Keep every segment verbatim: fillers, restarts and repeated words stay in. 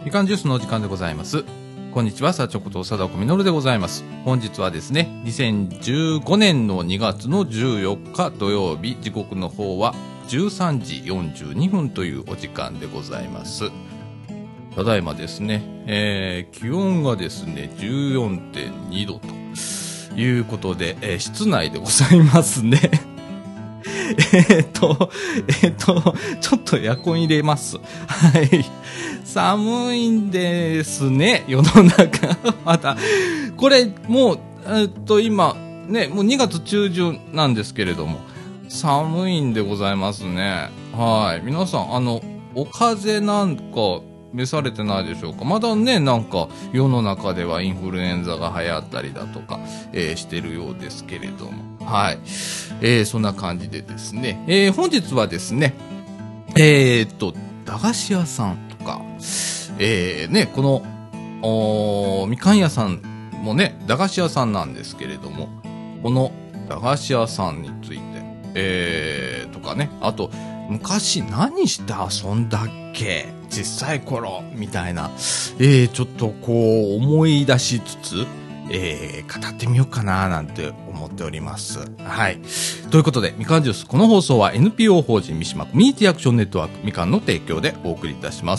みかんジュースのお時間でございます。こんにちは、さちょこと貞子みのるでございます。本日はですね、にせんじゅうごねんのにがつのじゅうよっか土曜日、時刻の方はじゅうさんじよんじゅうにふんというお時間でございます。ただいまですね、えー、気温がですね、じゅうよんてんにどということで、えー、室内でございますね。えーっと、えーっと、ちょっとエアコン入れます。はい。寒いんですね、世の中。また、これ、もう、えーっと、今、ね、もうにがつちゅうじゅんなんですけれども、寒いんでございますね。はい。皆さん、あの、お風邪なんか、召されてないでしょうか。まだね、なんか世の中ではインフルエンザが流行ったりだとか、えー、してるようですけれども、はい、えー、そんな感じでですね、えー、本日はですね、えー、っと駄菓子屋さんとか、えー、ね、このおみかん屋さんもね、駄菓子屋さんなんですけれども、この駄菓子屋さんについて、えー、とかね、あと昔何して遊んだっけ、小さい頃みたいな、えー、ちょっとこう思い出しつつ、えー、語ってみようかななんて思っております。はい。ということで、みかんジュース、この放送は エヌピーオー 法人三島コミュニティアクションネットワークみかんの提供でお送りいたします。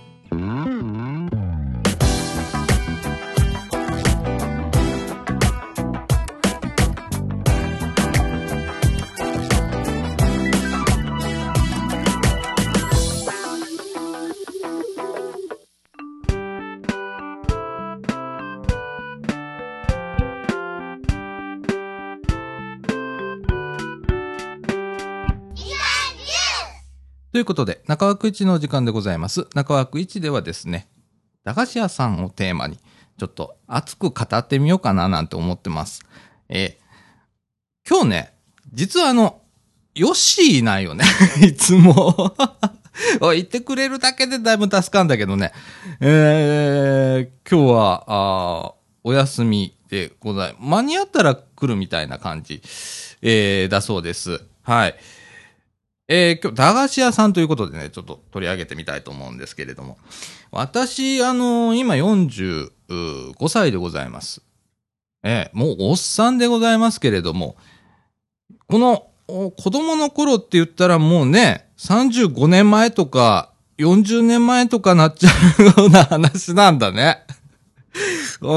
ということで、中枠いちの時間でございます。中枠いちではですね、駄菓子屋さんをテーマに、ちょっと熱く語ってみようかななんて思ってます。えー、今日ね、実はあの、ヨッシーいないよね。いつも。言ってくれるだけでだいぶ助かるんだけどね。えー、今日は、あお休みでございます。間に合ったら来るみたいな感じ、えー、だそうです。はい。えー、今日、駄菓子屋さんということでね、ちょっと取り上げてみたいと思うんですけれども。私、あのー、今よんじゅうごさいでございます。えー、もうおっさんでございますけれども、この、子供の頃って言ったらもうね、さんじゅうごねんまえとか、よんじゅうねんまえとかなっちゃうような話なんだね。うん。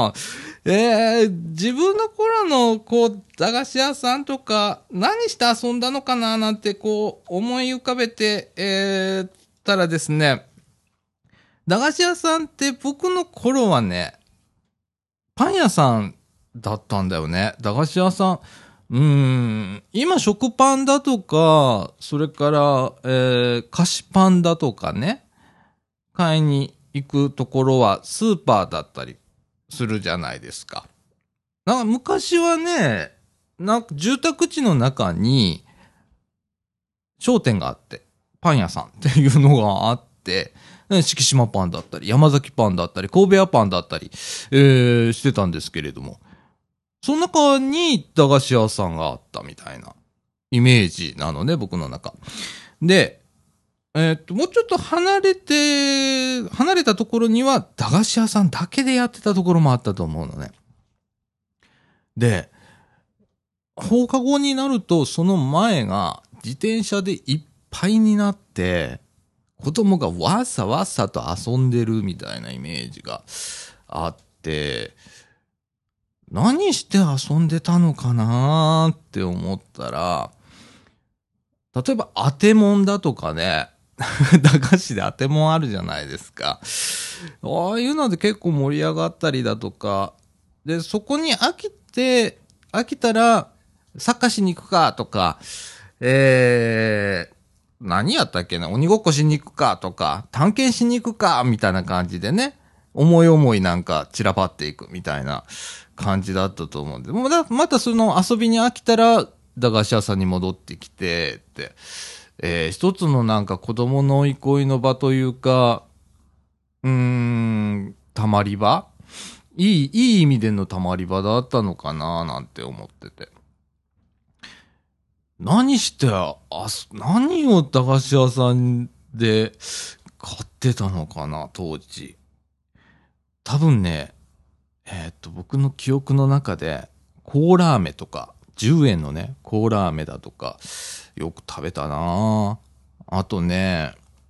えー、自分の頃の、こう、駄菓子屋さんとか、何して遊んだのかななんて、こう、思い浮かべて、えー、たらですね、駄菓子屋さんって僕の頃はね、パン屋さんだったんだよね。駄菓子屋さん。うーん、今食パンだとか、それから、えー、菓子パンだとかね、買いに行くところはスーパーだったりするじゃないですか。なんか昔はね、なんか住宅地の中に商店があって、パン屋さんっていうのがあって、敷島パンだったり、山崎パンだったり、神戸屋パンだったり、えー、してたんですけれども、その中に駄菓子屋さんがあったみたいなイメージなのね、僕の中。で、えー、っと、もうちょっと離れて、離れたところには駄菓子屋さんだけでやってたところもあったと思うのね。で、放課後になるとその前が自転車でいっぱいになって、子供がわっさわっさと遊んでるみたいなイメージがあって、何して遊んでたのかなーって思ったら、例えば当てもんだとかね、駄菓子で当てもんあるじゃないですか。ああいうので結構盛り上がったりだとか、で、そこに飽きて、飽きたら、サッカーしに行くかとか、えー、何やったっけな、鬼ごっこしに行くかとか、探検しに行くかみたいな感じでね、思い思いなんか散らばっていくみたいな感じだったと思うんで、また、またその遊びに飽きたら、駄菓子屋さんに戻ってきて、って、えー、一つのなんか子供の憩いの場というか、うーん、たまり場いい、いい意味でのたまり場だったのかななんて思ってて。何して、あ、何を駄菓子屋さんで買ってたのかな、当時。多分ね、えーっと、僕の記憶の中で、コーラ飴とか、じゅうえんのね、コーラ飴だとか、よく食べたな。あとね、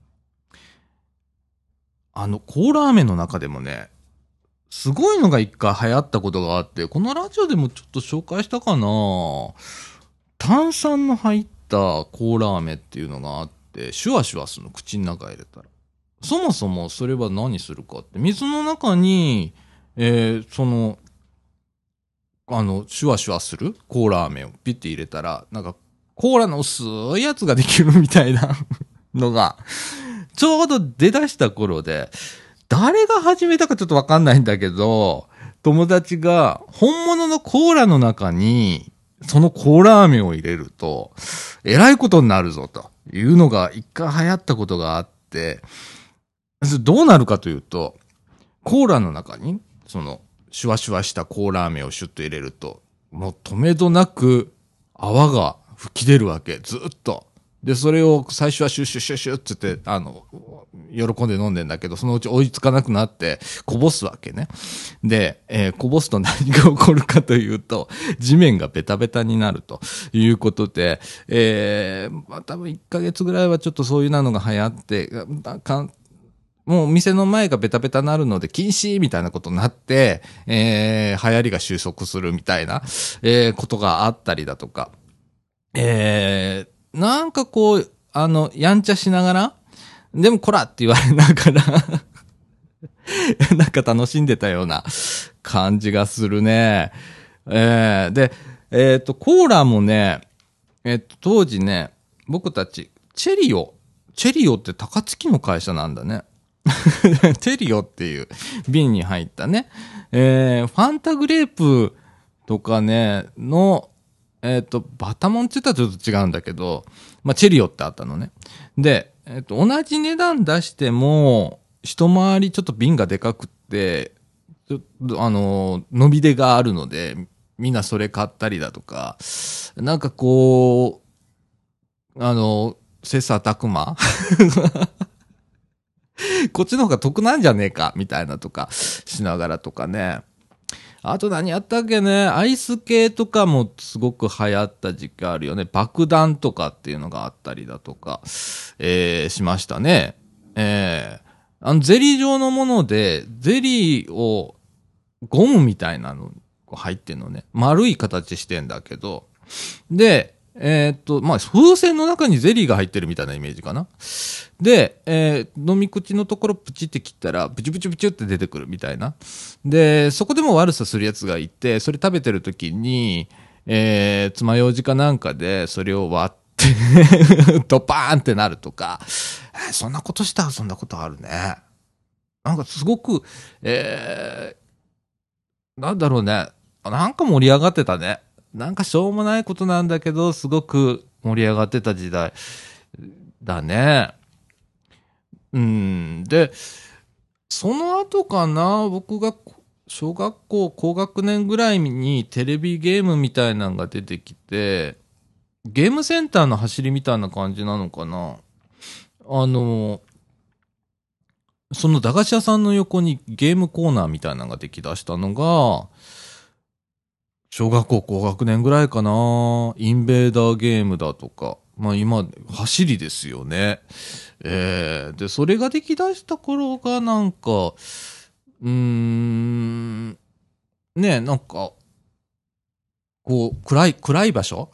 あの、コーラ飴の中でもね、すごいのが一回流行ったことがあって、このラジオでもちょっと紹介したかな。炭酸の入ったコーラ飴っていうのがあって、シュワシュワするの、口の中入れたら。そもそもそれは何するかって、水の中に、えー、その、あの、シュワシュワするコーラ飴をピッて入れたら、なんか、コーラの薄いやつができるみたいなのが、ちょうど出だした頃で、誰が始めたかちょっとわかんないんだけど、友達が本物のコーラの中に、そのコーラ飴を入れると、えらいことになるぞというのが一回流行ったことがあって、どうなるかというと、コーラの中に、その、シュワシュワしたコーラ飴をシュッと入れると、もう止めどなく泡が吹き出るわけ、ずっと。で、それを最初はシュッシュッシュッシュッつって、あの、喜んで飲んでんだけど、そのうち追いつかなくなって、こぼすわけね。で、えー、こぼすと何が起こるかというと、地面がベタベタになるということで、えー、まあ、多分いっかげつぐらいはちょっとそういうのが流行って、かもう店の前がベタベタになるので禁止みたいなことになって、えー、流行りが収束するみたいな、えー、ことがあったりだとか、えー、なんかこう、あの、やんちゃしながら、でもこらって言われながら、なんか楽しんでたような感じがするね。えー、で、えっと、コーラもね、えっと、当時ね、僕たち、チェリオ、チェリオって高槻の会社なんだね。チェリオっていう瓶に入ったね、えー、ファンタグレープとかね、の、えっと、バタモンって言ったらちょっと違うんだけど、まあ、チェリオってあったのね。で、えっと、同じ値段出しても、一回りちょっと瓶がでかくって、ちょっと、あの、伸び出があるので、みんなそれ買ったりだとか、なんかこう、あの、切磋琢磨こっちの方が得なんじゃねえか、みたいなとか、しながらとかね。あと何やったっけね、アイス系とかもすごく流行った時期あるよね。爆弾とかっていうのがあったりだとか、えー、しましたね。えー、あの、ゼリー状のもので、ゼリーをゴムみたいなの入ってんのね。丸い形してんだけど、で、えーっと、まあ、風船の中にゼリーが入ってるみたいなイメージかな。で、えー、飲み口のところプチって切ったら、プチプチプチって出てくるみたいな。で、そこでも悪さするやつがいて、それ食べてる時に、えー、爪楊枝かなんかで、それを割ってドパーンってなるとか、えー、そんなことしたらそんなことあるね。なんかすごく、えー、なんだろうね。なんか盛り上がってたね。なんかしょうもないことなんだけど、すごく盛り上がってた時代だね。うん。で、その後かな、僕が小学校高学年ぐらいにテレビゲームみたいなのが出てきて、ゲームセンターの走りみたいな感じなのかな。あの、その駄菓子屋さんの横にゲームコーナーみたいなのができだしたのが、小学校高学年ぐらいかな。インベーダーゲームだとか。まあ今、走りですよね。えー、で、それができだした頃がなんか、うーん、ね、なんか、こう、暗い、暗い場所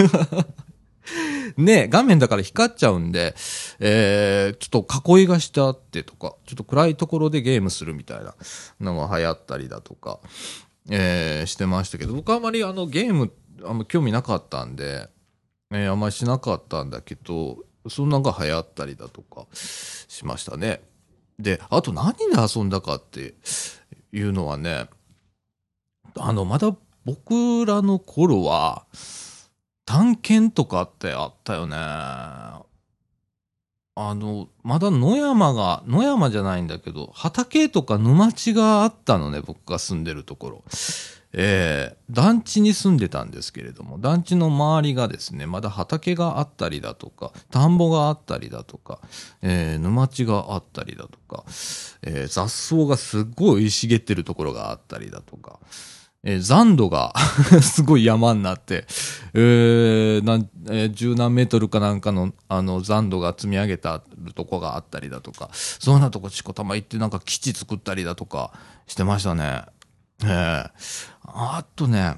ね、画面だから光っちゃうんで、えー、ちょっと囲いがしてあってとか、ちょっと暗いところでゲームするみたいなのが流行ったりだとか、えー、してましたけど、僕はあまりあのゲーム、あんま興味なかったんで、えー、あんまりしなかったんだけど、そんなのが流行ったりだとかしましたね。で、あと何で遊んだかっていうのはね、あの、まだ僕らの頃は、探検とかってあったよね。ああの、まだ野山が、野山じゃないんだけど、畑とか沼地があったのね、僕が住んでるところ。えー、団地に住んでたんですけれども、団地の周りがですね、まだ畑があったりだとか、田んぼがあったりだとか、えー、沼地があったりだとか、えー、雑草がすっごい生い茂ってるところがあったりだとか、えー、残土がすごい山になって、えー、なん、えー、十何メートルかなんかの、あの、残土が積み上げたとこがあったりだとか、そんなとこちこたま行ってなんか基地作ったりだとかしてましたね。えー、あとね、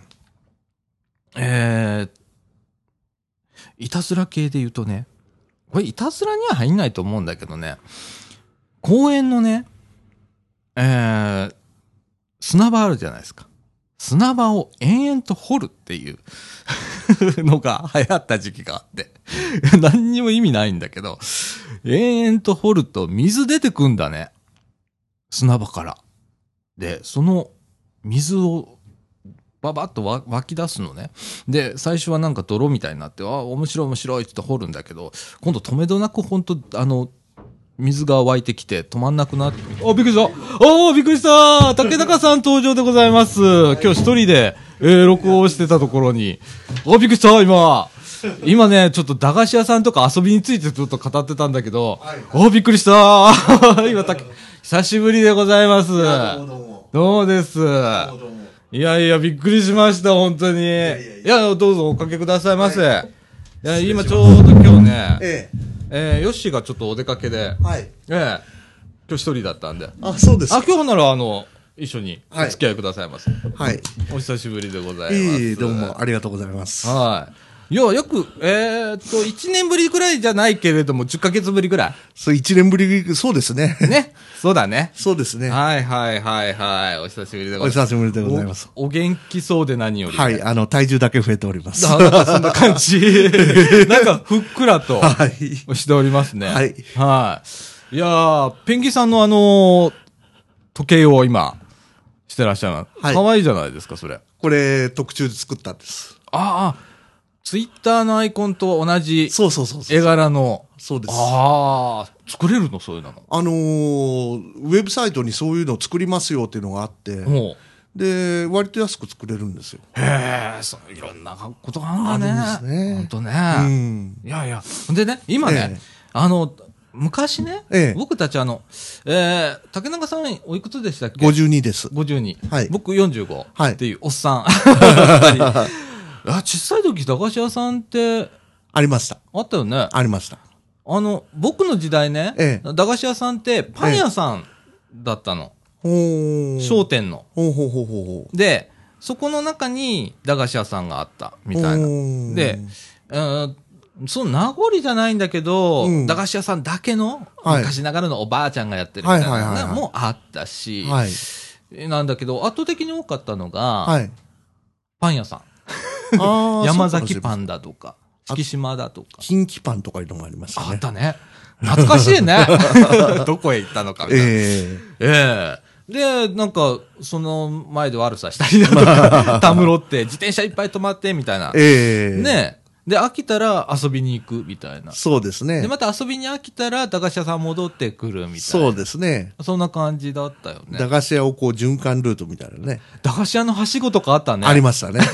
えー、いたずら系で言うとね、これいたずらには入んないと思うんだけどね、公園のね、えー、砂場あるじゃないですか。砂場を延々と掘るっていうのが流行った時期があって。何にも意味ないんだけど、延々と掘ると水出てくんだね。砂場から。で、その水をババッと湧き出すのね。で、最初はなんか泥みたいになって、あ、面白い面白いって掘るんだけど、今度止めどなくほんと、あの、水が湧いてきて止まんなくなって、あ、びっくりした。あ、びっくりした。竹中さん登場でございます。今日一人で、えー、録音してたところに。あ、びっくりした、今。今ね、ちょっと駄菓子屋さんとか遊びについてちょっと語ってたんだけど、はいはい、あ、びっくりした。今、た久しぶりでございます。どうもどうも。どうです。どうもどうも。いやいや、びっくりしました、本当に。いやいやいや、いやどうぞおかけくださいませ。はい、いや、今ちょうど今日ね、えええー、ヨッシーがちょっとお出かけで、はい。ええー、今日一人だったんで。 あ、そうです。 あ、今日なら、あの、一緒にお付き合いくださいませ。 はい。 お久しぶりでございます。 いい、どうもありがとうございます。 はい。いや、約、えー、っと、一年ぶりくらいじゃないけれども、じゅっかげつぶりくらい。 そう、一年ぶり、そうですね。 ね。そうだね。 そうですね。 はいはいはいはい。お久しぶりでございます。 お久しぶりでございます。 お、お元気そうで何より、ね。 はい、あの、体重だけ増えております。 なんかそんな感じ。なんか、ふっくらと、はい。しておりますね。はい。はい。いやー、ペンギさんのあのー、時計を今、してらっしゃる。はい。かわいいじゃないですか、それ。 これ、特注で作ったんです。 ああ。ツイッターのアイコンと同じそうそうそう絵柄の。 そうです。 ああ、作れるのそういうの。 あのー、ウェブサイトにそういうのを作りますよっていうのがあって、で、割と安く作れるんですよ。 へえ、そういろんなことがあるんだね。 あるんですね。 ほんとね。うん。いやいや。でね、今ね、ええ、あの、昔ね、ええ、僕たちあの、えー、竹中さんおいくつでしたっけ？ ごじゅうに です。 ごじゅうに。 はい。 僕よんじゅうごっていうおっさん。 はい。 あ、小さい時、駄菓子屋さんって、 ありました。 あったよね。 ありました。 あの、僕の時代ね、ええ、駄菓子屋さんってパン屋さんだったの。ええ、商店の。 ほうほうほうほう。 で、そこの中に駄菓子屋さんがあった、みたいな。で、うん、その名残じゃないんだけど、うん、駄菓子屋さんだけの、はい、昔ながらのおばあちゃんがやってるみたいなのもあったし、はい、なんだけど、圧倒的に多かったのが、はい、パン屋さん。山崎パンだとか、敷島だとか。 近畿パンとかいうのもありましたね。 あったね。懐かしいね。どこへ行ったのかみたいな。ええー。ええー。で、なんか、その前で悪さしたりだとか、たむろって、自転車いっぱい止まって、みたいな。ええー。ね。で、飽きたら遊びに行く、みたいな。 そうですね。 で、また遊びに飽きたら、駄菓子屋さん戻ってくる、みたいな。 そうですね。 そんな感じだったよね。 駄菓子屋をこう循環ルートみたいなね。 駄菓子屋のはしごとかあったね。 ありましたね。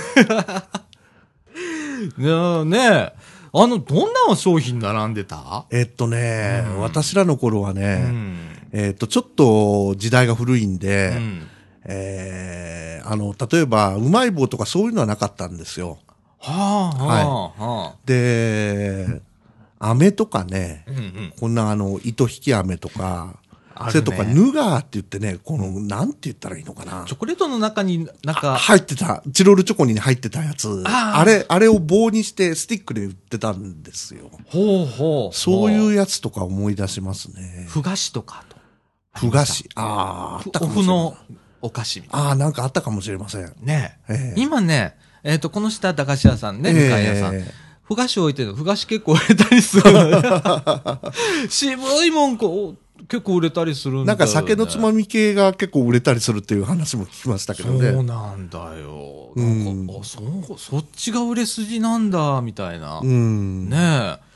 ねえ、ねえ。あの、どんな商品並んでた？ えっとね、うん、私らの頃はね、うん、えっと、ちょっと時代が古いんで、うん、えー、あの、例えば、うまい棒とかそういうのはなかったんですよ。 はあ、はい。はあ、で、飴とかね、うんうん、こんなあの、糸引き飴とか、それとか、ヌガーって言ってね、この、なんて言ったらいいのかな。 チョコレートの中になんか。 入ってた。チロルチョコに入ってたやつ。あ, あれ、あれを棒にしてスティックで売ってたんですよ。 ほうほう。 そういうやつとか思い出しますね。 ふ菓子とかと。 ふ菓子。ああ、あったかもしれない。 おふのお菓子みたいな。 ああ、なんかあったかもしれません。 ねえ。えー、今ね、えっ、ー、と、この下、駄菓子屋さんね、向かい屋さん。えーふ菓子置いてるの。ふ菓子結構売れたりする。渋いもんこう、結構売れたりするんだよね。 なんか酒のつまみ系が結構売れたりするっていう話も聞きましたけどね。 そうなんだよ。なんか、うん、あ、そう、そっちが売れ筋なんだ、みたいな。うん、ねえ。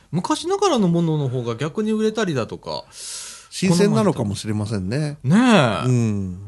昔ながらのものの方が逆に売れたりだとか。 新鮮なのかもしれませんね。 ねえ。 うん。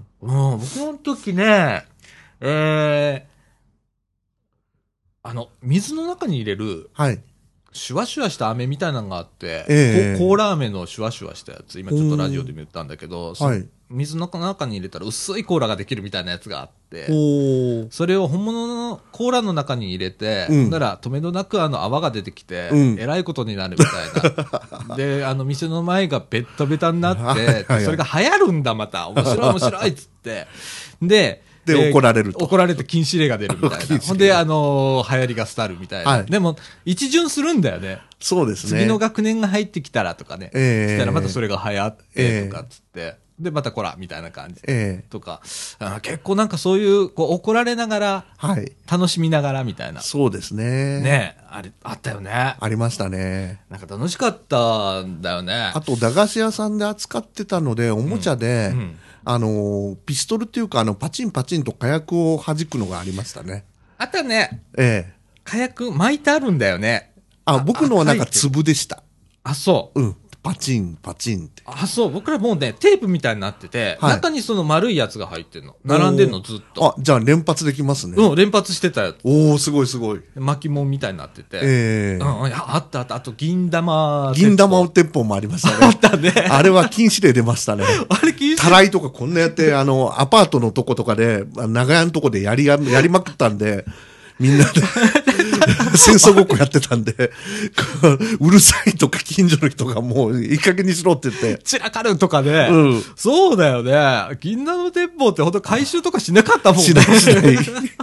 うん、僕の時ね、えー、あの、水の中に入れる、 はい。 シュワシュワした飴みたいなのがあって、 ええ、 コーラ飴のシュワシュワしたやつ、今ちょっとラジオでも言ったんだけど、 はい、 水の中に入れたら薄いコーラができるみたいなやつがあって、それを本物のコーラの中に入れて、うん、なら止めどなくあの泡が出てきて、うん、えらいことになるみたいな。で、あの店の前がベッタベタになって、はいはいはい、それが流行るんだまた、面白い面白いっつって。で、 で、えー、怒られると。 怒られて禁止令が出るみたいな。ほんで、あのー、流行りが廃るみたいな。はい、でも、一巡するんだよね。 そうですね。 次の学年が入ってきたらとかね。えー、したらまたそれが流行ってとかっつって。えー、で、またこら、みたいな感じ。えー、とかあ。結構なんかそういう、こう、怒られながら、はい。楽しみながらみたいな。 そうですね。 ねあれ、あったよね。 ありましたね。 なんか楽しかったんだよね。 あと、駄菓子屋さんで扱ってたので、おもちゃで、うんうん、あの、ピストルっていうか、あの、パチンパチンと火薬を弾くのがありましたね。 あったね。 ええ。 火薬巻いてあるんだよね。 あ、僕のはなんか粒でした。 あ、そう。 うん。パチン、パチンって。 あ、そう。僕らもうね、テープみたいになってて、はい、中にその丸いやつが入ってんの。並んでんの、ずっと。 あ、じゃあ連発できますね。 うん、連発してたやつ。 おー、すごいすごい。 巻物みたいになってて。 ええー。 うん、あったあった。あと、銀玉。 銀玉鉄砲もありましたね。 あったね。 あれは禁止令出ましたね。 あれ禁止令たらいとかこんなやって、あの、アパートのとことかで、長屋のとこでやりや、やりまくったんで、みんなで戦争ごっこやってたんで、うるさいとか近所の人がもういい加減にしろって言って。 散らかるとかね。 うん。 そうだよね。銀玉鉄砲ってほんと回収とかしなかったもんね。 しないしない。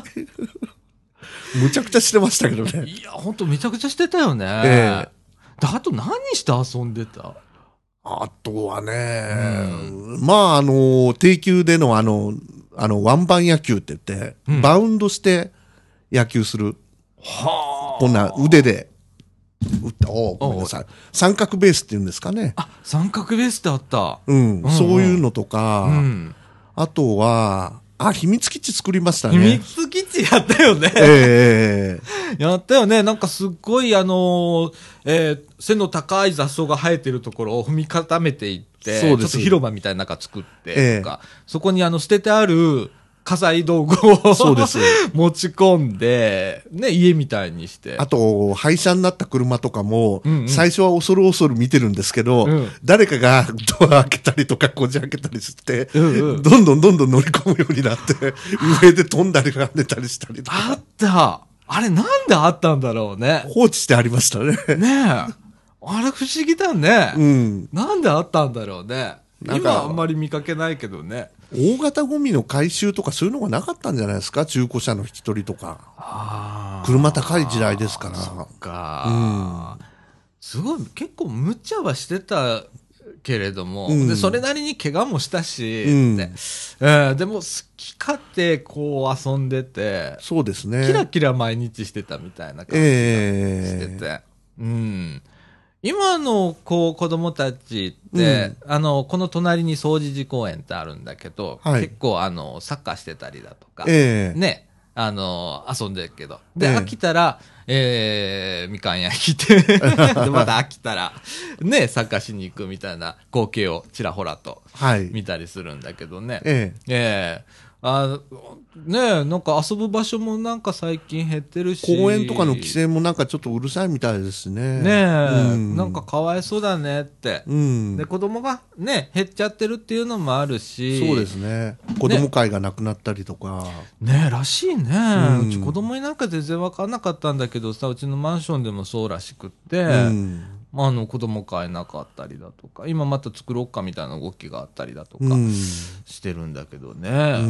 むちゃくちゃしてましたけどね。 いや、ほんとめちゃくちゃしてたよね。ええー。あと何して遊んでた？ あとはね、うん、まああの、定休でのあの、あの、ワンバン野球って言って、うん、バウンドして野球する。はあ。こんな腕で打った。おごめんなさい。三角ベースって言うんですかね。 あ、三角ベースってあった。 うん。うんうん、そういうのとか、うん、あとは、あ、秘密基地作りましたね。 秘密基地やったよね。 ええー。やったよね。なんかすっごいあのー、えー、背の高い雑草が生えてるところを踏み固めていって、そうです。ちょっと広場みたいな中作ってとか、えー、そこにあの捨ててある家財道具をそうです持ち込んで、ね、家みたいにして。 あと、廃車になった車とかも、うんうん、最初は恐る恐る見てるんですけど、うん、誰かがドア開けたりとか、こじ開けたりして、うんうん、どんどんどんどん乗り込むようになって、上で飛んだり跳ねたりしたりとか。 あったあれなんであったんだろうね。 放置してありましたね。 ねえ。あれ不思議だね。うん。なんであったんだろうね。今あんまり見かけないけどね。 大型ゴミの回収とかそういうのがなかったんじゃないですか、中古車の引き取りとか。あ車高い時代ですから。 そっか、うん。すごい、結構無茶はしてたけれども、うん、でそれなりに怪我もしたし、うんえー、でも好き勝手こう遊んでて、 そうですね。 キラキラ毎日してたみたいな感じがしてて。えー、うん今のこう子供たちって、うん、あの、この隣に総持寺公園ってあるんだけど、はい、結構あの、サッカーしてたりだとか、えー、ね、あの、遊んでるけど。で、えー、飽きたら、えー、みかん屋来て、で、また飽きたら、ね、サッカーしに行くみたいな光景をちらほらと見たりするんだけどね。えー、えーあねえ、なんか遊ぶ場所もなんか最近減ってるし。 公園とかの規制もなんかちょっとうるさいみたいですね。 ねえ、うん、なんかかわいそうだねって。うん、で、子供がね、減っちゃってるっていうのもあるし。 そうですね。子供会がなくなったりとか。 ね, ねえ、らしいね、うん。うち子供になんか全然わかんなかったんだけどさ、うちのマンションでもそうらしくって。うんあの子供会なかったりだとか今また作ろうかみたいな動きがあったりだとかしてるんだけどね、うん、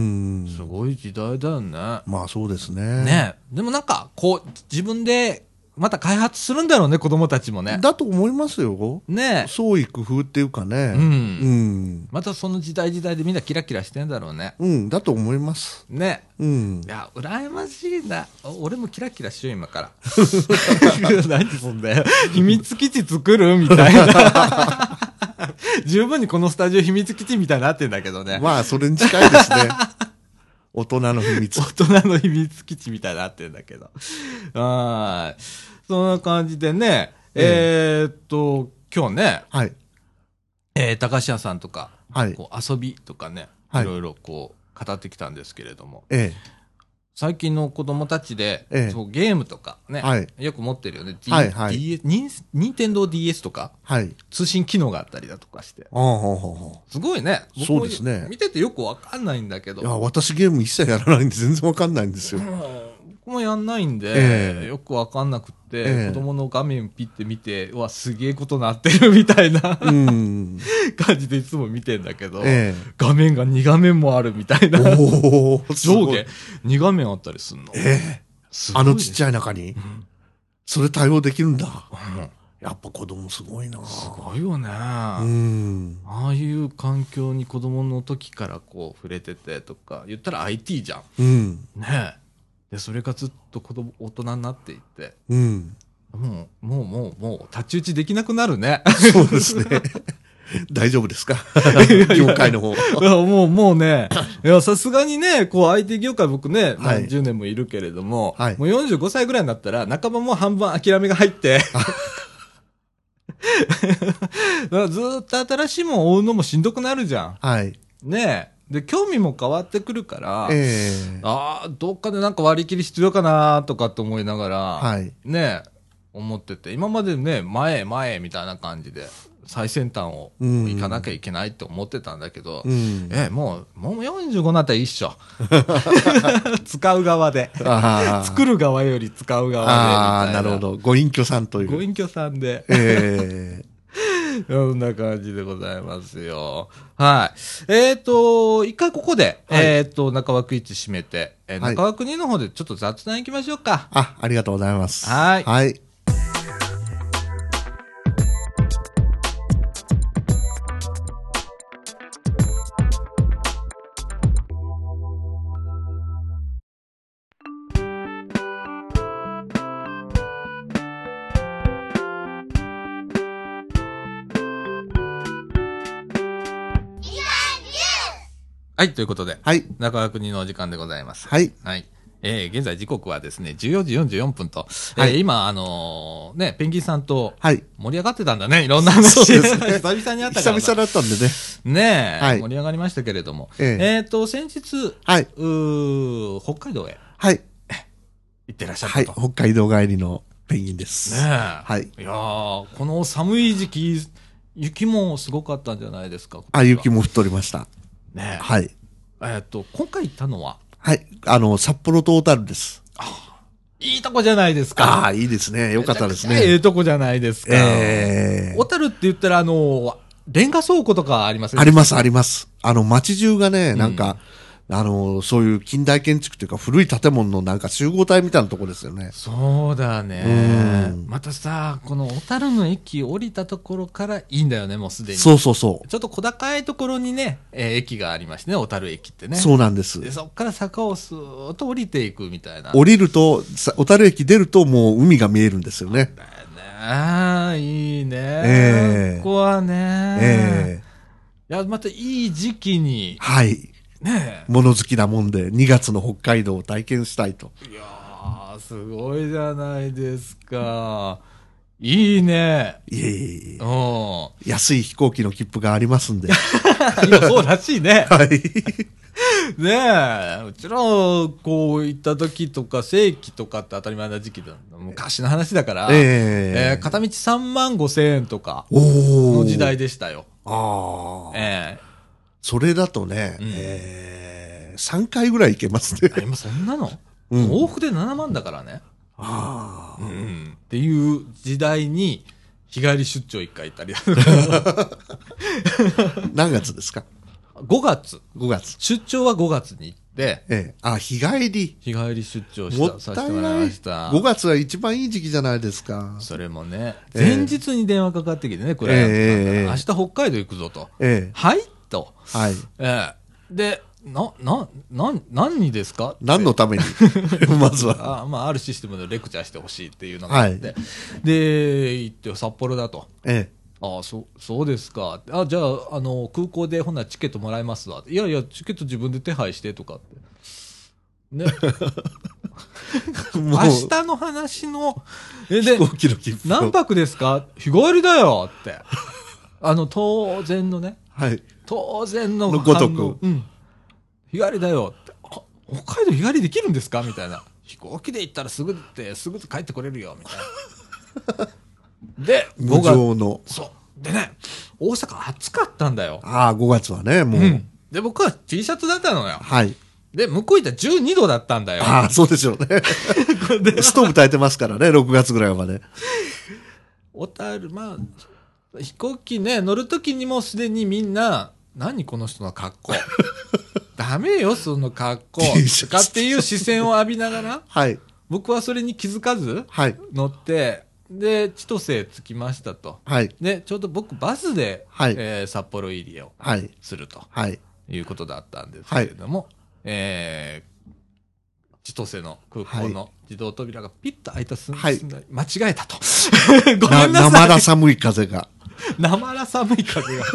すごい時代だよね。 まあそうですね。 ねでもなんかこう自分でまた開発するんだろうね子供たちもね。 だと思いますよ。ね創意工夫っていうかね、うん、うん、 またその時代時代でみんなキラキラしてんだろうね。 うんだと思いますね。うん、いや羨ましいな。俺もキラキラしよう今から何そんだよ秘密基地作るみたいな十分にこのスタジオ秘密基地みたいになってんだけどね。 まあそれに近いですね大人の秘密大人の秘密基地みたいになってるんだけど。あそんな感じでね、 えー、っと、今日ね、 はい。 えー、高橋屋さんとか、 はい。 こう遊びとかね、 はいいろいろこう、語ってきたんですけれども、 え最近の子供たちで、 ええそうゲームとかね、 はいよく持ってるよね。D はいはいディーエス、ニン任天堂 ディーエス とか、 はい。 通信機能があったりだとかして。 ああ、ほうほうほすごいね。僕もそうですね見ててよくわかんないんだけど。 う。いや、私ゲーム一切やらないんで全然わかんないんですよ。 うん僕もやんないんで、 ええよくわかんなくって、 ええ子供の画面ピッて見て、うわ、すげえことなってるみたいなうん。 感じでいつも見てんだけど、 え画面がに画面もあるみたいえ。 な。 おお、すごい上下に画面あったりすんの。 ええ。 すごいですあのちっちゃい中に、それ対応できるんだ。 うんやっぱ子供すごいな。 すごいよね。 うあん。 あいう環境に子供の時からこう触れててとか、言ったら アイティー じゃん。 うん。 ねえ。で、それがずっと子供、大人になっていって、 うん。 もう、もう、もう、もう、太刀打ちできなくなるね。 そうですね。大丈夫ですか業界の方。 いや、もう、もうね、いや、さすがにね、こう、アイティー 業界僕ね、 はい何十年もいるけれども、 はいもうよんじゅうごさいぐらいになったら、仲間も半分諦めが入って、だからずーっと新しいもん追うのもしんどくなるじゃん。 はい。 ねえ。で、興味も変わってくるから、 ええ。 ああ、どっかでなんか割り切り必要かなとかって思いながら、 はい。 ねえ、思ってて、今までね、前へ前へみたいな感じで、最先端をうん行かなきゃいけないって思ってたんだけど、 うん。 ええ、もう、もうよんじゅうごになったら一緒。使う側で。 ああ。 作る側より使う側でみああ、 たいな。 なるほど。ご隠居さんという。 ご隠居さんで。 ええ。 そんな感じでございますよ。はい。えっ、と、一回ここで、 はいえっ、と、中枠いち締めて、えーはい中枠にの方でちょっと雑談行きましょうか。 あ、ありがとうございます。 はいはい。 はい、ということで、 はい。 中枠にのお時間でございます。 はい。 はい。えー、現在時刻はですね、じゅうよじよんじゅうよんぷんと、えーはい今、あのーね、ペンギンさんとはい。 盛り上がってたんだね、いろんな話。 そうですね久々に会ったからさ。 久々だったんでね。 ねえ、 はい盛り上がりましたけれども。 えええっ、と、先日、 はい。 うー北海道へはい。 行ってらっしゃっはい。 たと。 北海道帰りのペンギンです。 ねえ。 はい。 いやー、この寒い時期、雪もすごかったんじゃないですか。 あ、雪も降っておりました。 ねえ。 はい。 えっ、と、今回行ったのは、 はい。あの、札幌と小樽です。 いいとこじゃないですあか。 あ、いいですね。よかったですめちゃくちゃええね。 とこじゃないですか。 ええ小樽って言ったら、あの、レンガ倉庫とかありますよね。 あります、あります。あの、街中がね、なんか、あの、そういう近代建築というか古い建物のなんか集合体みたいなとこですよね。 そうだねう。んまたさ、この小樽の駅降りたところからいいんだよね、もうすでに。 そうそうそちょっと小高いところにね、えー駅がありましてね、小樽駅ってう。 ね。 そうなんですで、。そっから坂をスーッと降りていくみたいな。 降りると、さ小樽駅出るともう海が見えるんですよね。 だよね。あーいいね。 ええここはね。 ええいや、またいい時期に、 はい。 ね。 物好きなもんで、にがつの北海道を体験したいと。 いやー、すごいじゃないですか。いいね。 いえいえいえうん。 安い飛行機の切符がありますんで。 今そうらしいね。 はい。 ねえ。うちら、こう行った時とか、正規とかって当たり前な時期だ。昔の話だから、 えええー片道さんまんごせんえんとかおーの時代でしたよ。 ああ。 えそれだとね、 うんえー、さんかいぐらい行けますね。 え今そんなの、 うん往復でななまんだからね。 ああ。 うん。っていう時代に、日帰り出張いっかい行ったり。 何月ですか？ ごがつ。 ごがつ。 出張はごがつに行って、 ええ。あ、日帰り。 日帰り出張しもた、さったいせてもらいない。 ました。 ごがつは一番いい時期じゃないですか。 それもね、 ええ前日に電話かかってきてね、クライアントさんから、 ええ明日北海道行くぞと。 ええ。 はいと。 はい。 ええで、な、な、な、何にですかって何のためにまずは。 あ、まあ、あるシステムでレクチャーしてほしいっていうのがあって。 はで、行って札幌だと。 ええ。 ああ、そう、そうですか。あ、じゃあ、あの、空港でほんならチケットもらえますわ。いやいや、チケット自分で手配してとかって。ね。 もう明日の話の、え、で、 飛行機の切符を何泊ですか日帰りだよって。あの、当然のね、 はい。 当然ののごとく反応うん。日帰りだよって。あ、北海道日帰りできるんですかみたいな。飛行機で行ったらすぐって、すぐ帰ってこれるよ、みたいな。で、 無情の。 そう。でね、大阪暑かったんだよ。 ああ、ごがつはね、もう。 うん。で、僕は T シャツだったのよ。 はい。 で、向こう行ったらじゅうにどだったんだよ。 ああ、そうですよね。ストーブ焚いてますからね、ろくがつぐらいまで。 小樽、まあ、飛行機ね、乗るときにもすでにみんな、何この人の格好。ダメよ、その格好。 T シャツとかっていう視線を浴びながら、 はい。 僕はそれに気づかず、 はい。 乗って、で、千歳着きましたと。 はい。 で、ちょうど僕バスで、 はいえー札幌入りをはい。 するとはい。 いうことだったんですけれども、えー千歳の空港の自動扉がピッと開いたす、 はいす間違えたと。ごめんなな、 さい。 生ら寒い風が。 生ら寒い風が。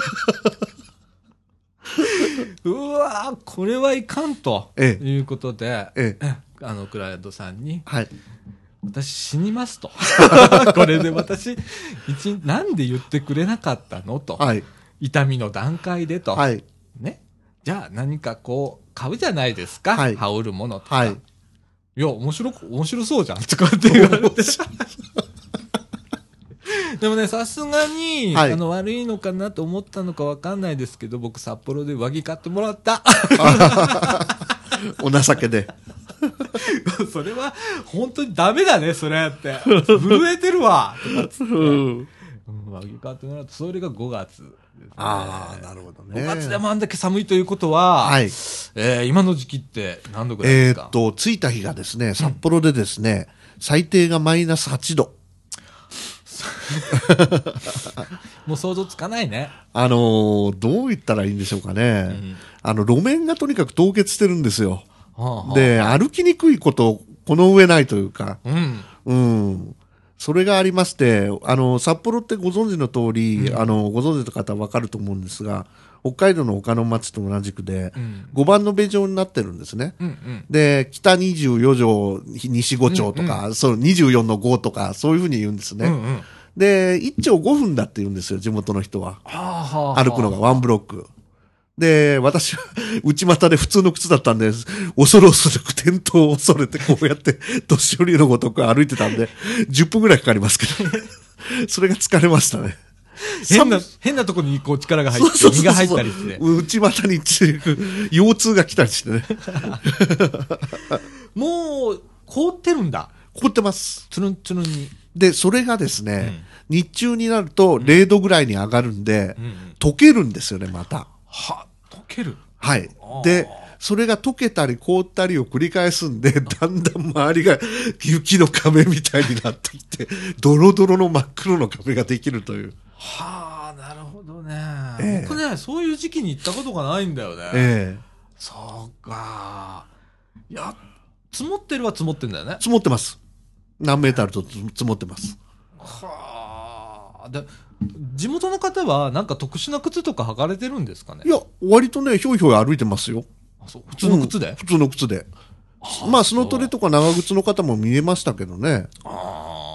うわーこれはいかんとええいうことで、 ええ。 あのクライアントさんに、 はい。 私死にますと。これで私、一日なんで言ってくれなかったのと。 はい。 痛みの段階でと。 はい。 ね。じゃあ何かこう、買うじゃないですか。 はい羽織るものとか。 はい。 いや、面白く、面白そうじゃんとかって言われて。でもね、さすがに、 はいあの、悪いのかなと思ったのかわかんないですけど、僕、札幌で上着買ってもらった。 お情けで。 それは、本当にダメだね、それって。震えてるわとかっつって。うん上着買ってもらった。それがごがつですね。 ああ、なるほどね。 ごがつでもあんだけ寒いということは、 はい。 えー今の時期って何度ぐらいですか？ えーっと、着いた日がですね、札幌でですね、最低がマイナスはちど。 もう想像つかないね。 あのーどう言ったらいいんでしょうかね。 んあの、路面がとにかく凍結してるんですよ。 はあはあで、歩きにくいこと、この上ないというか、 うん。 うん。それがありまして、あの、札幌ってご存知の通り、 うんあの、ご存知の方はわかると思うんですが、北海道の他の町と同じくで、 うんごばんのべ状になってるんですね。 うんうん。 で、北にじゅうよ条、西ご条とか、そう、にじゅうよんのごとか、そういうふうに言うんですね。 うんうん。 で、いっちょうごふんだって言うんですよ、地元の人は。 はあはあ。 歩くのがワンブロック。で、私は内股で普通の靴だったんで、恐る恐る転倒を恐れてこうやって年寄りのごとく歩いてたんで、じゅっぷんぐらいかかりますけど、それが疲れましたね。 変な、変なところにこう力が入って、身が入ったりして。 内股に腰痛が来たりしてね。 もう、凍ってるんだ。 凍ってます。 つるんつるんに。 で、それがですね、日中になるとれいどぐらいに上がるんで、 うんうん。 溶けるんですよね、また。 は、溶ける。 はいあ。ーで、それが溶けたり凍ったりを繰り返すんで、だんだん周りが雪の壁みたいになってきて、ドロドロの真っ黒の壁ができるという。 はあ、なるほどね。 ええ僕ね、そういう時期に行ったことがないんだよね。 ええそうか。いや、積もってるは積もってんだよね。 積もってます。何メーターと積もってます。 はあ。で、地元の方はなんか特殊な靴とか履かれてるんですかねいや、割とね、ひょいひょい歩いてますよ。 あそう普通の靴で、 うん普通の靴で。まあ、スノトレとか長靴の方も見えましたけどね。 ああ。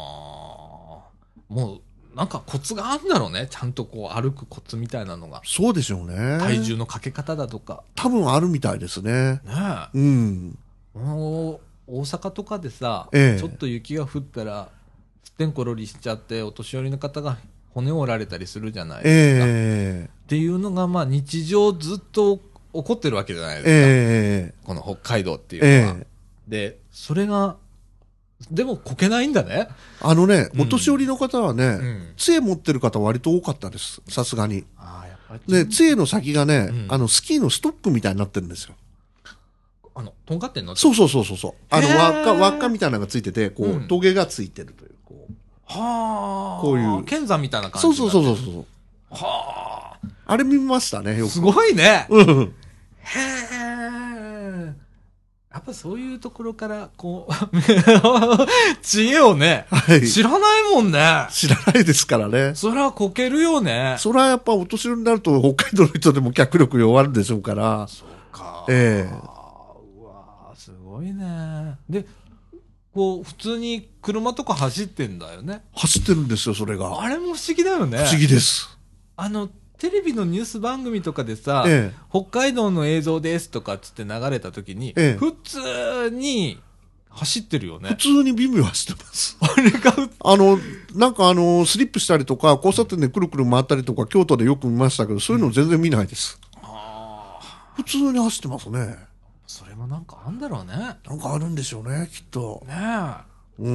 もう、なんかコツがあるんだろうね。ちゃんとこう歩くコツみたいなのが。 そうでしょうね。 体重のかけ方だとか。 多分あるみたいですね。 ねうん。 え。もう、大阪とかでさ、 ええちょっと雪が降ったら、すってんころりしちゃって、お年寄りの方が骨折られたりするじゃないですか。 ええっていうのが、まあ日常ずっと起こってるわけじゃないですか。 ええこの北海道っていうのは。 ええで、それが、でもこけないんだね。 あのね、 うんお年寄りの方はね、 ん。 杖持ってる方割と多かったです。さすがに。 ああ、やっぱり。 で、杖の先がね、 うんあの、スキーのストックみたいになってるんですよ。 あの、とんがってんのそうそうそうそうそう。あの、 へー輪っか、輪っかみたいなのがついてて、こう、 うんトゲがついてるという。こうはあ。 こういう剣山みたいな感そうじになってる。 そうそうそうそう。 はあ。 あれ見ましたね、よく。 すごいね。 うん。 へえ。やっぱそういうところから、こう、知恵をね、 はい。 知らないもんね。 知らないですからね。 それはこけるよね。 それはやっぱお年寄りになると北海道の人でも脚力弱るでしょうから。 そうか。 ええうわすごいね。で、 こう、普通に車とか走ってんだよね。 走ってるんですよ、それが。 あれも不思議だよね。 不思議です。 あの、テレビのニュース番組とかでさ、 ええ、 北海道の映像ですとかっつって流れた時に、 ええ、 普通に走ってるよね。 普通にビンビン走ってます。 あれが、 あの、なんかあの、スリップしたりとか、交差点でくるくる回ったりとか、京都でよく見ましたけど、そういうの全然見ないです。 うん、あ普通に走ってますね。 それもなんかあんだろうね。 なんかあるんでしょうね、きっと。 ねえ。 うん。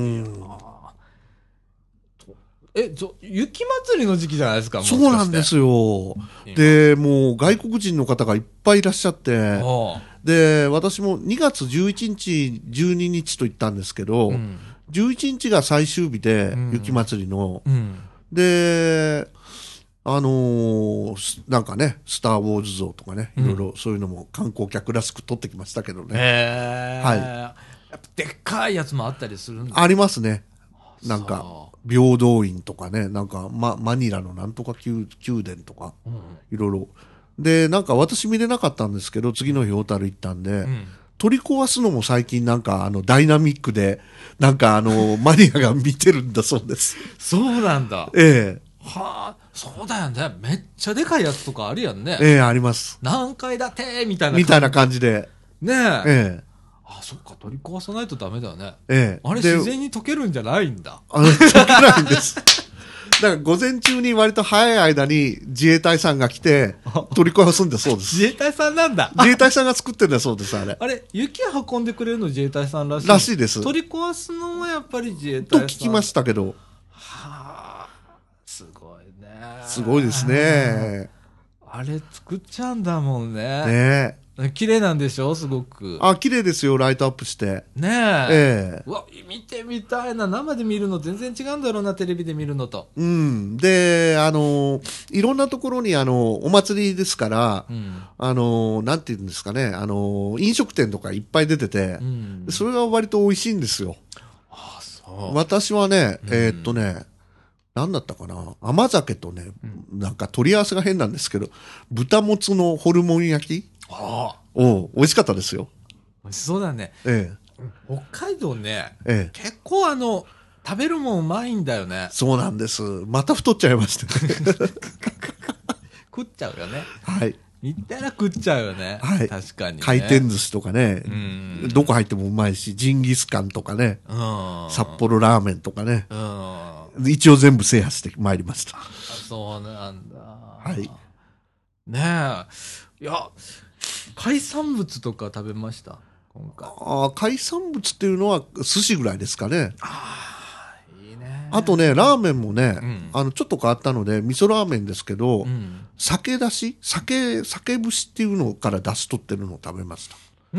え、ちょ、雪祭りの時期じゃないですか、もしかして。 そうなんですよ。で、もう外国人の方がいっぱいいらっしゃって、で、私もにがつじゅういちにち、じゅうににちと行ったんですけど、うん、じゅういちにちが最終日で、雪祭りの。うんうん、で、あのー、なんかね、スター・ウォーズ像とかね、いろいろそういうのも観光客らしく撮ってきましたけどね。 へー。 はい。 やっぱでっかいやつもあったりするんだ。 ありますね。なんか、平等院とかね、なんか、ま、マニラのなんとか宮殿とか、いろいろ。で、なんか私見れなかったんですけど、次の日小樽行ったんで、うん、取り壊すのも最近なんかあのダイナミックで、なんかあの、マニアが見てるんだそうです。 そうなんだ。 ええ。 はあ、そうだよね。めっちゃでかいやつとかあるやんね。 ええ、あります。 何階建てみたいな。 みたいな感じで。 ねえ。 ええ。 あ、そっか、取り壊さないとダメだよね。 ええ。 あれ自然に溶けるんじゃないんだ。 あの、溶けないんです。だから午前中に割と早い間に自衛隊さんが来て取り壊すんだそうです。 自衛隊さんなんだ。 自衛隊さんが作ってるんだそうです、あれ。 あれ、雪運んでくれるの自衛隊さんらしい。 らしいです。 取り壊すのはやっぱり自衛隊さん。 と聞きましたけど。 はあ、すごいね。 すごいですね。 あれ作っちゃうんだもんね。 ねえ。 綺麗なんでしょすごく。 あ、綺麗ですよ、ライトアップして。 ねえ。ええ。うわ、見てみたいな。生で見るの全然違うんだろうな、テレビで見るのと。 うん。で、あの、いろんなところに、あの、お祭りですから、うん、あの、なんていうんですかね、あの、飲食店とかいっぱい出てて、うん、それが割と美味しいんですよ。 ああ、そう。 私はね、えー、っとね、なんだったかな甘酒とね、うん、なんか取り合わせが変なんですけど、豚もつのホルモン焼きああ。 お美味しかったですよ。 美味しそうだね。 ええ。北海道ね、 ええ、 結構あの、食べるもんうまいんだよね。 そうなんです。また太っちゃいましたね。 食っちゃうよね。 はい。 行ったら食っちゃうよね。はい。確かに、ね。 回転寿司とかね、うんどこ入ってもうまいし、ジンギスカンとかね、うん札幌ラーメンとかね、うん一応全部制覇してまいりました。 そうなんだ。 はい。 ねえ。いや、海産物とか食べました今回。 ああ、海産物っていうのは寿司ぐらいですかね。 ああ、いいね。 あとね、ラーメンもね、 うん、 あの、ちょっと変わったので、味噌ラーメンですけど、 うん、 酒出し酒、酒節っていうのから出し取ってるのを食べました。 うん。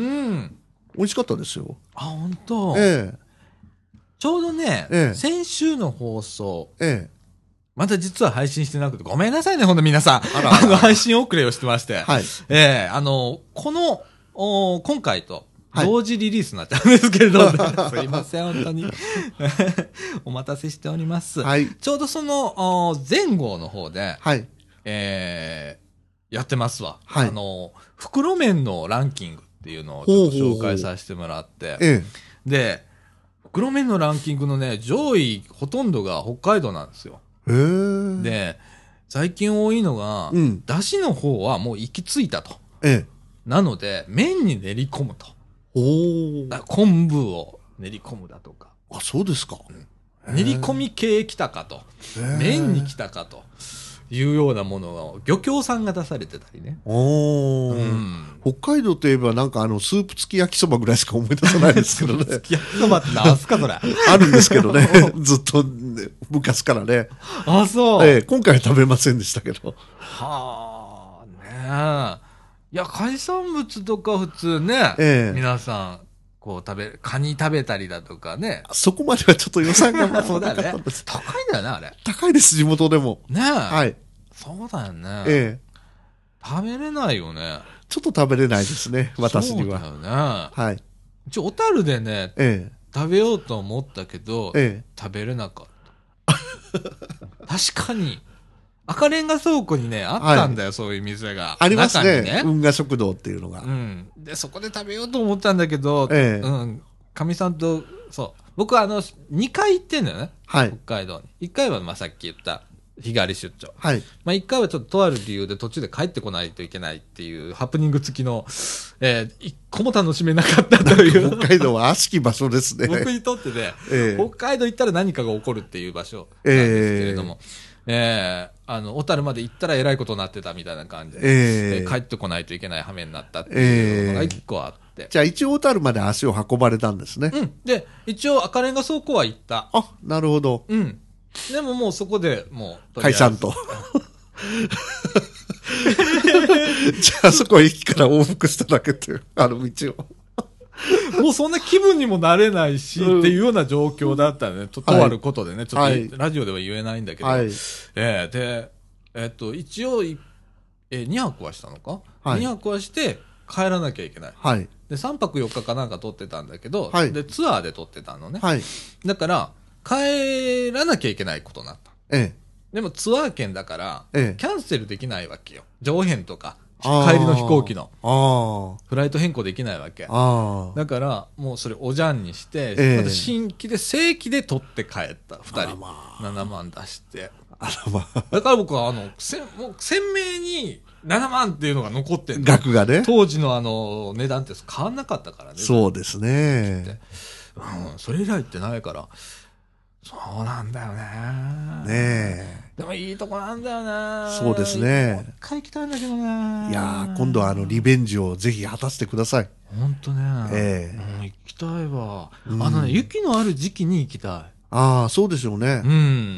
美味しかったですよ。 あ、本当。 ええ。 ちょうどね、 ええ、 先週の放送、 ええ。 また実は配信してなくて、ごめんなさいね、ほんと皆さん。あらあらあの、配信遅れをしてまして。 はい。 ええー、あの、この、お今回と、同時リリースになっちゃうんですけれど、はい、すいません、本当に。お待たせしております。 はい。 ちょうどその、前後の方で、 はい。 えー、やってますわ。 はい。 あの、袋麺のランキングっていうのをちょっと紹介させてもらって、 ほうほうほうええ、で、袋麺のランキングのね、上位ほとんどが北海道なんですよ。 へー。 で、最近多いのが、うん、出汁の方はもう行き着いたと。 ええ。 なので、麺に練り込むと。 おー。 昆布を練り込むだとか。 あ、そうですか。 うん、練り込み系来たかと。麺に来たかと。いうようなものを漁協さんが出されてたりね。 おー、うん、北海道といえばなんかあのスープ付き焼きそばぐらいしか思い出さないですけどね。 スープ付き焼きそばって何すかそれ。 あるんですけどね。ずっと、ね、昔からね。 あ、そう。 ええ、今回は食べませんでしたけど。 はあ、ねえ。いや、海産物とか普通ね、 ええ、 皆さん、こう食べ、カニ食べたりだとかね。 そこまではちょっと予算がそうだよね。高いんだよね、あれ。 高いです、地元でも。 ねえ。 はい。 そうだよね。 ええ。 食べれないよね。 ちょっと食べれないですね、私には。 そうだよね。 はい。 ちょ、小樽でね、 ええ、 食べようと思ったけど、ええ、食べれなかった。確かに。赤レンガ倉庫にね、あったんだよ、はい、そういう店が。 ありますね。ね運河食堂っていうのが。 うん。で、そこで食べようと思ったんだけど、ええ、うん。かみさんとそう。僕はあの、にかい行ってんだよね。 はい。 北海道に。いっかいはまあさっき言った日帰り出張。 はい。 まあいっかいはちょっととある理由で途中で帰ってこないといけないっていうハプニング付きの、えー、一個も楽しめなかったという。 北海道は悪しき場所ですね。 僕にとってね、 えー、 北海道行ったら何かが起こるっていう場所なんですけれども、えー、えー、あの、小樽まで行ったらえらいことになってたみたいな感じで、えーえー、帰ってこないといけない羽目になったっていうのが一個あって。えー、 じゃあ一応小樽まで足を運ばれたんですね。 うん。で、一応赤レンガ倉庫は行った。 あ、なるほど。 うん。でももうそこでもう、 解散と。じゃあそこ駅から往復しただけっていう、あの道を。 もうそんな気分にもなれないし、うん、っていうような状況だったね。と、とあることでね、ちょっと、はい、ラジオでは言えないんだけど。はい、えー、で、えー、っと、一応、えー、にはくはしたのか、はい、にはくはして帰らなきゃいけない。はい、で、さんぱくよっかかなんか取ってたんだけど、はい、で、ツアーで取ってたのね。はい、だから、帰らなきゃいけないことになった。ええ、でもツアー券だから、ええ、キャンセルできないわけよ。上辺とか。帰りの飛行機のフライト変更できないわけだからもうそれおじゃんにして、えー、また新規で正規で取って帰ったふたり、まあ、ななまん出してあら、まあ、だから僕はあのせもう鮮明にななまんっていうのが残ってる額がね当時のあの値段って変わんなかったからね。 そうですね、 うん、それ以来ってないからそうなんだよね。 ねえ。 でもいいとこなんだよね。 そうですね。 もう一回行きたいんだけどね。 いやー、今度はあのリベンジをぜひ果たしてください。 ほんとね。ええーうん。行きたいわ、うん。あのね、雪のある時期に行きたい。 ああ、そうでしょうね。 うん。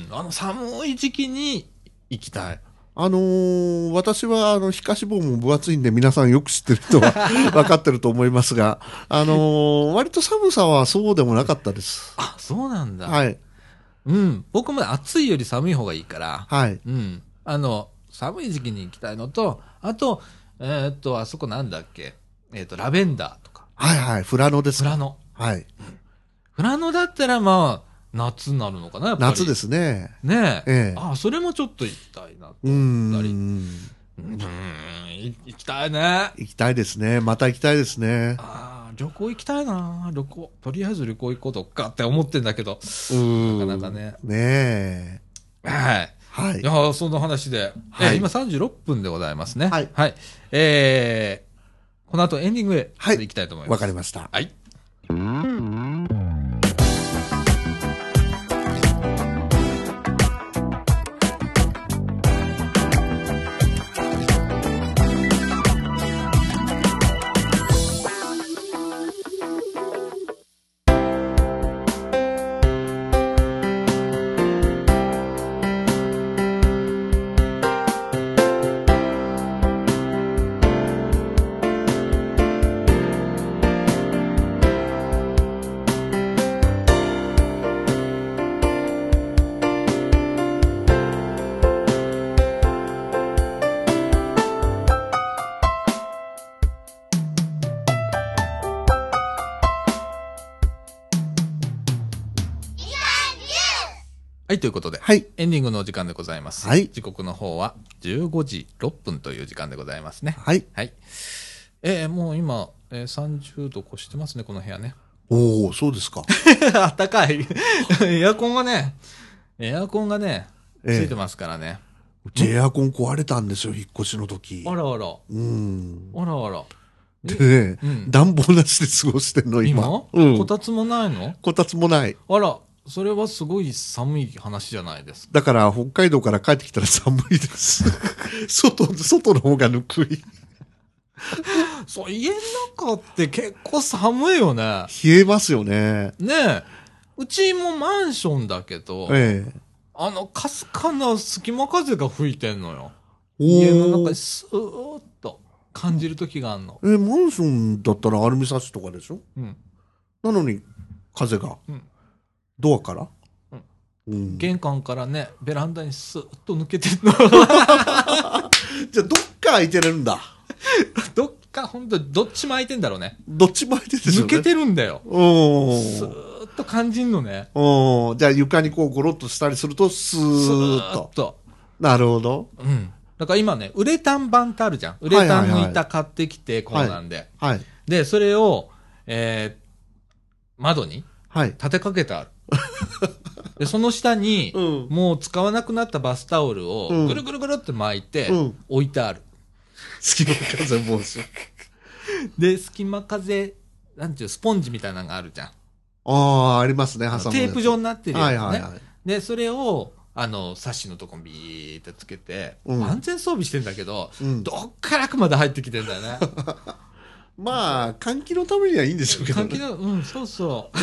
あの寒い時期に行きたい。 あのー、私は、あの、皮下脂肪も分厚いんで、皆さんよく知ってる人は分かってると思いますが、あのー、割と寒さはそうでもなかったです。 あ、そうなんだ。 はい。 うん。僕も暑いより寒い方がいいから。 はい。 うん。あの、寒い時期に行きたいのと、あと、えー、っと、あそこなんだっけえー、っと、ラベンダーとか。 はいはい。富良野ですか。 富良野。 はい。 富良野だったら、まあ、夏になるのかなやっぱり。 夏ですね。 ねえ。ええ、ああ、それもちょっと行きたいなと思ったり。うん。うん。行きたいね。 行きたいですね。また行きたいですね。 ああ、旅行行きたいな。旅行。とりあえず旅行行こうとかって思ってんだけど。うん。なかなかね。 ねえ。はい。はい。いや、そんな話で。はい、え今さんじゅうろっぷんでございますね。はい。はい。えー、この後エンディングへ行きたいと思います。 わかりました。 はい。はい、ということで、はい、エンディングのお時間でございます。はい。時刻の方はじゅうごじろっぷんという時間でございますね。はい。はい。えー、もう今、えー、さんじゅうど越してますね、この部屋ね。 おー、そうですか。 あったかい。エアコンがね、エアコンがね、ついてますからね。 うちエアコン壊れたんですよ、引っ越しの時。 あらあら。うん。あらあら。 でね、うん、暖房なしで過ごしてんの、今。 今うん。こたつもないの？ こたつもない。 あら。それはすごい寒い話じゃないですか。 だから北海道から帰ってきたら寒いです。外、外の方がぬくい。 そう、家の中って結構寒いよね。 冷えますよね。 ねえ。うちもマンションだけど、ええ、あの、かすかな隙間風が吹いてんのよ。家の中にスーッと感じる時があるの。 え、マンションだったらアルミサッシとかでしょ？うん。なのに風が。うん。ドアから、 うんうん、玄関からね、ベランダにスーッと抜けてるの。 じゃあ、どっか開いてるんだ。 どっか、ほんと、どっちも開いてんだろうね。 どっちも開いてるんですよね。 抜けてるんだよ。おスーッと感じんのね。 おじゃあ、床にこう、ゴロッとしたりすると、スーッと。スーッと。なるほど。 うん。だから今ね、ウレタン板ってあるじゃん。ウレタンの板買ってきて、こうなんで。はい。はい、で、それを、えー、窓に、 はい。 立てかけてある。で、その下に、 うん。 もう使わなくなったバスタオルをうんぐるぐるぐるって巻いてうん。 置いてある。 隙間風防止。 で、隙間風、なんていうスポンジみたいなのがあるじゃん。 ああ、ありますね、挟むやつ。 テープ状になってるやつね。 はいはいはい。 で、それを、あの、サッシのとこにビーってつけて、 うん完全装備してんだけど、 うん。 どっから悪まで入ってきてんだよね。 まあ、換気のためにはいいんでしょうけどね。 換気の、うん、そうそう。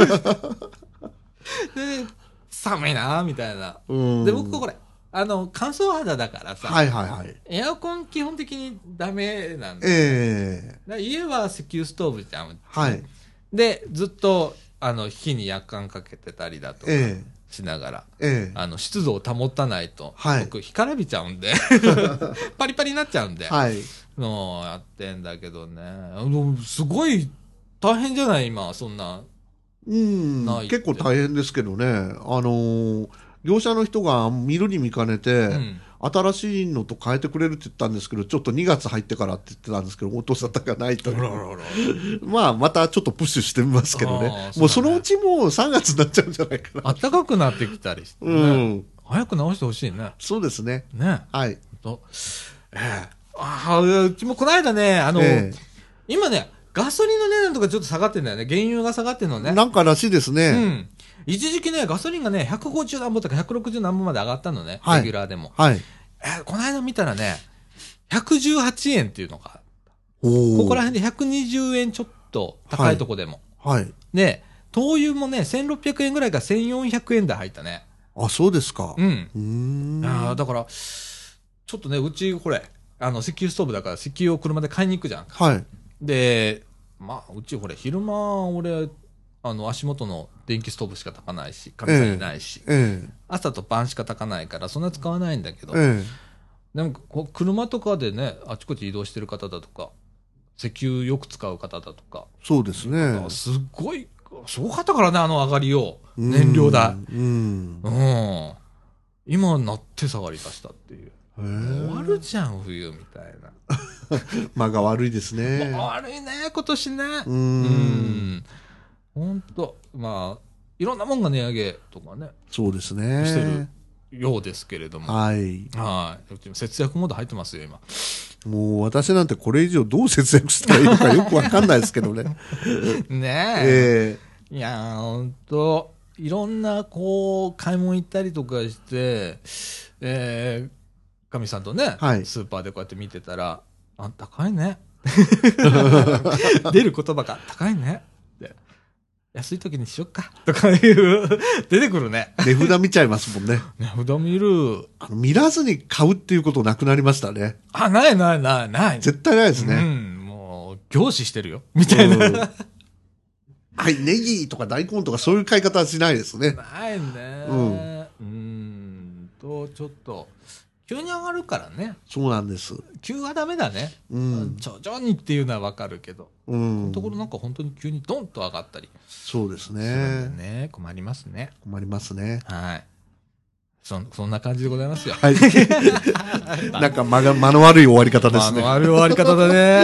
で、寒いなみたいな。 うん。 で、僕これ、あの、乾燥肌だからさ、 はいはいはい。 エアコン基本的にダメなんで、 ええだから家は石油ストーブじゃん。 はい。 で、ずっと、あの、火に夜間かけてたりだとかえしながら、 えええあの、湿度を保たないと、 はい僕、干からびちゃうんで、パリパリになっちゃうんで、 はい。 のやってんだけどね。でもすごい大変じゃない今、そんな。 うんないって結構大変ですけどね。あのー業者の人が見るに見かねて、 うん。 新しいのと変えてくれるって言ったんですけど、ちょっとにがつ入ってからって言ってたんですけど、音沙汰がないという。まあ、またちょっとプッシュしてみますけどね。 あーそうだねもうそのうちもうさんがつになっちゃうんじゃないかな。 暖かくなってきたりして、ね。 うん。 早く直してほしいね。 そうですね。 ね。 はい。 とええああ、うちもこの間ね、あの、 え今ね、ガソリンの値段とかちょっと下がってんだよね。原油が下がってんのね。 えなんからしいですうね。 ん。一時期ね、ガソリンがね、ひゃくごじゅう何本とかひゃくろくじゅう何本まで上がったのね。 はいレギュラーでも。 はい。 えーこの間見たらね、ひゃくじゅうはちえんっていうのが、 おここら辺でひゃくにじゅうえんちょっと高いとこでも。 はい。 で、灯油もね、せんろっぴゃくえんぐらいからせんよんひゃくえん台入ったね。 あ、そうですか。 うん。 うーん。 あーだから、ちょっとね、うちこれ、あの、石油ストーブだから石油を車で買いに行くじゃん。 はい。 で、まあ、うちこれ、昼間、俺、あの、足元の電気ストーブしか炊かないし、かみさんいないし、 ええ朝と晩しか炊かないから、そんな使わないんだけど、 えでもこう車とかでね、あちこち移動してる方だとか、石油よく使う方だとか、 えそうですね。 すっごい、すごかったからね、あの上がりよう。燃料代。 うん。 ううんん。今なって下がり出したっていう。 へ終わえるじゃん、冬みたいな。 間が悪いですね。 悪いね、今年ね。 う。 うんん。ほんと、まあ、いろんなもんが値上げとかね、 そうですね。 してるようですけれども。 はい。 はい。うちも節約モード入ってますよ、今。 もう私なんてこれ以上どう節約したらいいのかよくわかんないですけどね。 ねえ。 えいやー、ほんと、いろんな、こう、買い物行ったりとかして、えー、かみさんとね、 はいスーパーでこうやって見てたら、あ、高いね。出る言葉が、高いね。って安い時にしよっか。とかいう、出てくるね。 え値札見ちゃいますもんね。 ね、札見る。 あの見らずに買うっていうことなくなりましたね。 あ、ないないないない。 絶対ないですうね。 ん、もう、凝視してるよ。みたいな。 うんはい、ネギとか大根とかそういう買い方はしないですね。 ないね。 ううんーんと、ちょっと、急に上がるからね。 そうなんです。 急はダメだね。 うん。 徐々にっていうのはわかるけど、 うん。 ところなんか本当に急にドンと上がったりそうですするんでね。 ね、困りますね。 困りますね。 はい。そんそんな感じでございますよ。 はい。なんか間が、間の悪い終わり方ですね。 まあ、ある終わり方だね。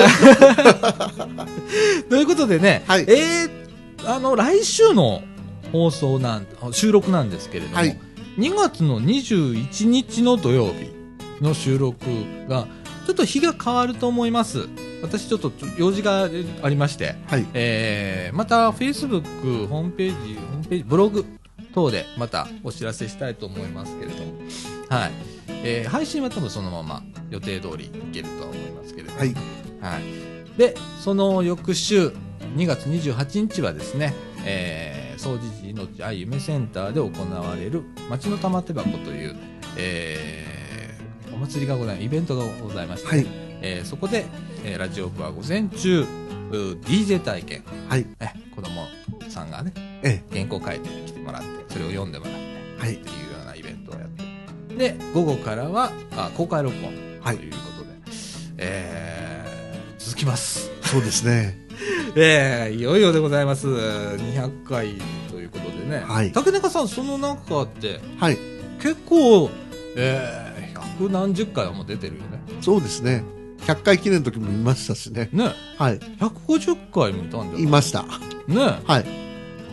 ということでね、 はいえー、あの、来週の放送なん、収録なんですけれども、 はいにがつのにじゅういちにちの土曜日の収録が、ちょっと日が変わると思います。私ちょっと用事がありまして、 はい。 えー、また Facebook、ホームページ、ホームページ、ブログ等でまたお知らせしたいと思いますけれども、はい。えー、配信は多分そのまま予定通りいけるとは思いますけれども、 はい。 はい。で、その翌週、にがつにじゅうはちにちはですね、えー、総持寺命愛夢センターで行われる町の玉手箱という、えー、お祭りがございます、イベントがございまして、 はい。 えーそこで、えーラジオ部は午前中、うー ディージェー 体験、 はい。 え子供さんがね、 え原稿書いてきてもらって、それを読んでもらって、 え。はいって。いうようなイベントをやって、で、午後からは、あ公開録音とはいいうことで、えー、続きます。 そうですね。 えー、いよいよでございます。にひゃっかいということでね。 はい竹中さん、その中って、 はい。 結構、えー、百何十回はもう出てるよね。 そうですね。ひゃっかい記念の時も見ましたしね。 ね。 はい。 ひゃくごじゅっかいもいたんじゃないいました。 ね。 はい。 そうだ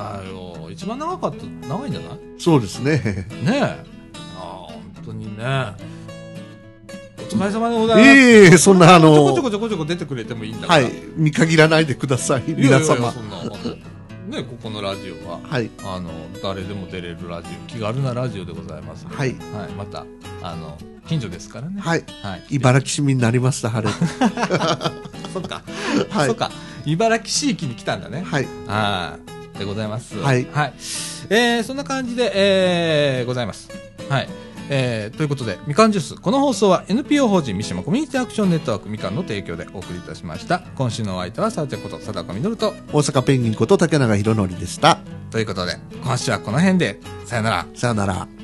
だよ。一番長かった、長いんじゃない？ そうですね。 ねえ。ああ、本当にね。お疲れ様でございます。 ええー、そんなあの。 ちょこちょこちょこちょこ出てくれてもいいんだから。 はい。見限らないでください。皆様。いやいやいやそんな、 ね、ここのラジオは、 はい、 あの誰でも出れるラジオ、気軽なラジオでございますので、 はい、 はい、またあの近所ですからね。 はい。はい、茨城市民になりました、晴れ。 そっか、 はい、 そっか、茨城市域に来たんだね。 はい。 ああ、でございます。 はい。 はい。えー、そんな感じで、えー、ございます。はい。えー、ということで、みかんジュース。この放送は エヌピーオー 法人三島コミュニティアクションネットワークみかんの提供でお送りいたしました。今週のお相手は、さあちゃんこと佐高みのると、 大阪ペンギンこと竹永宏典でした。 ということで、今週はこの辺で、さよなら。 さよなら。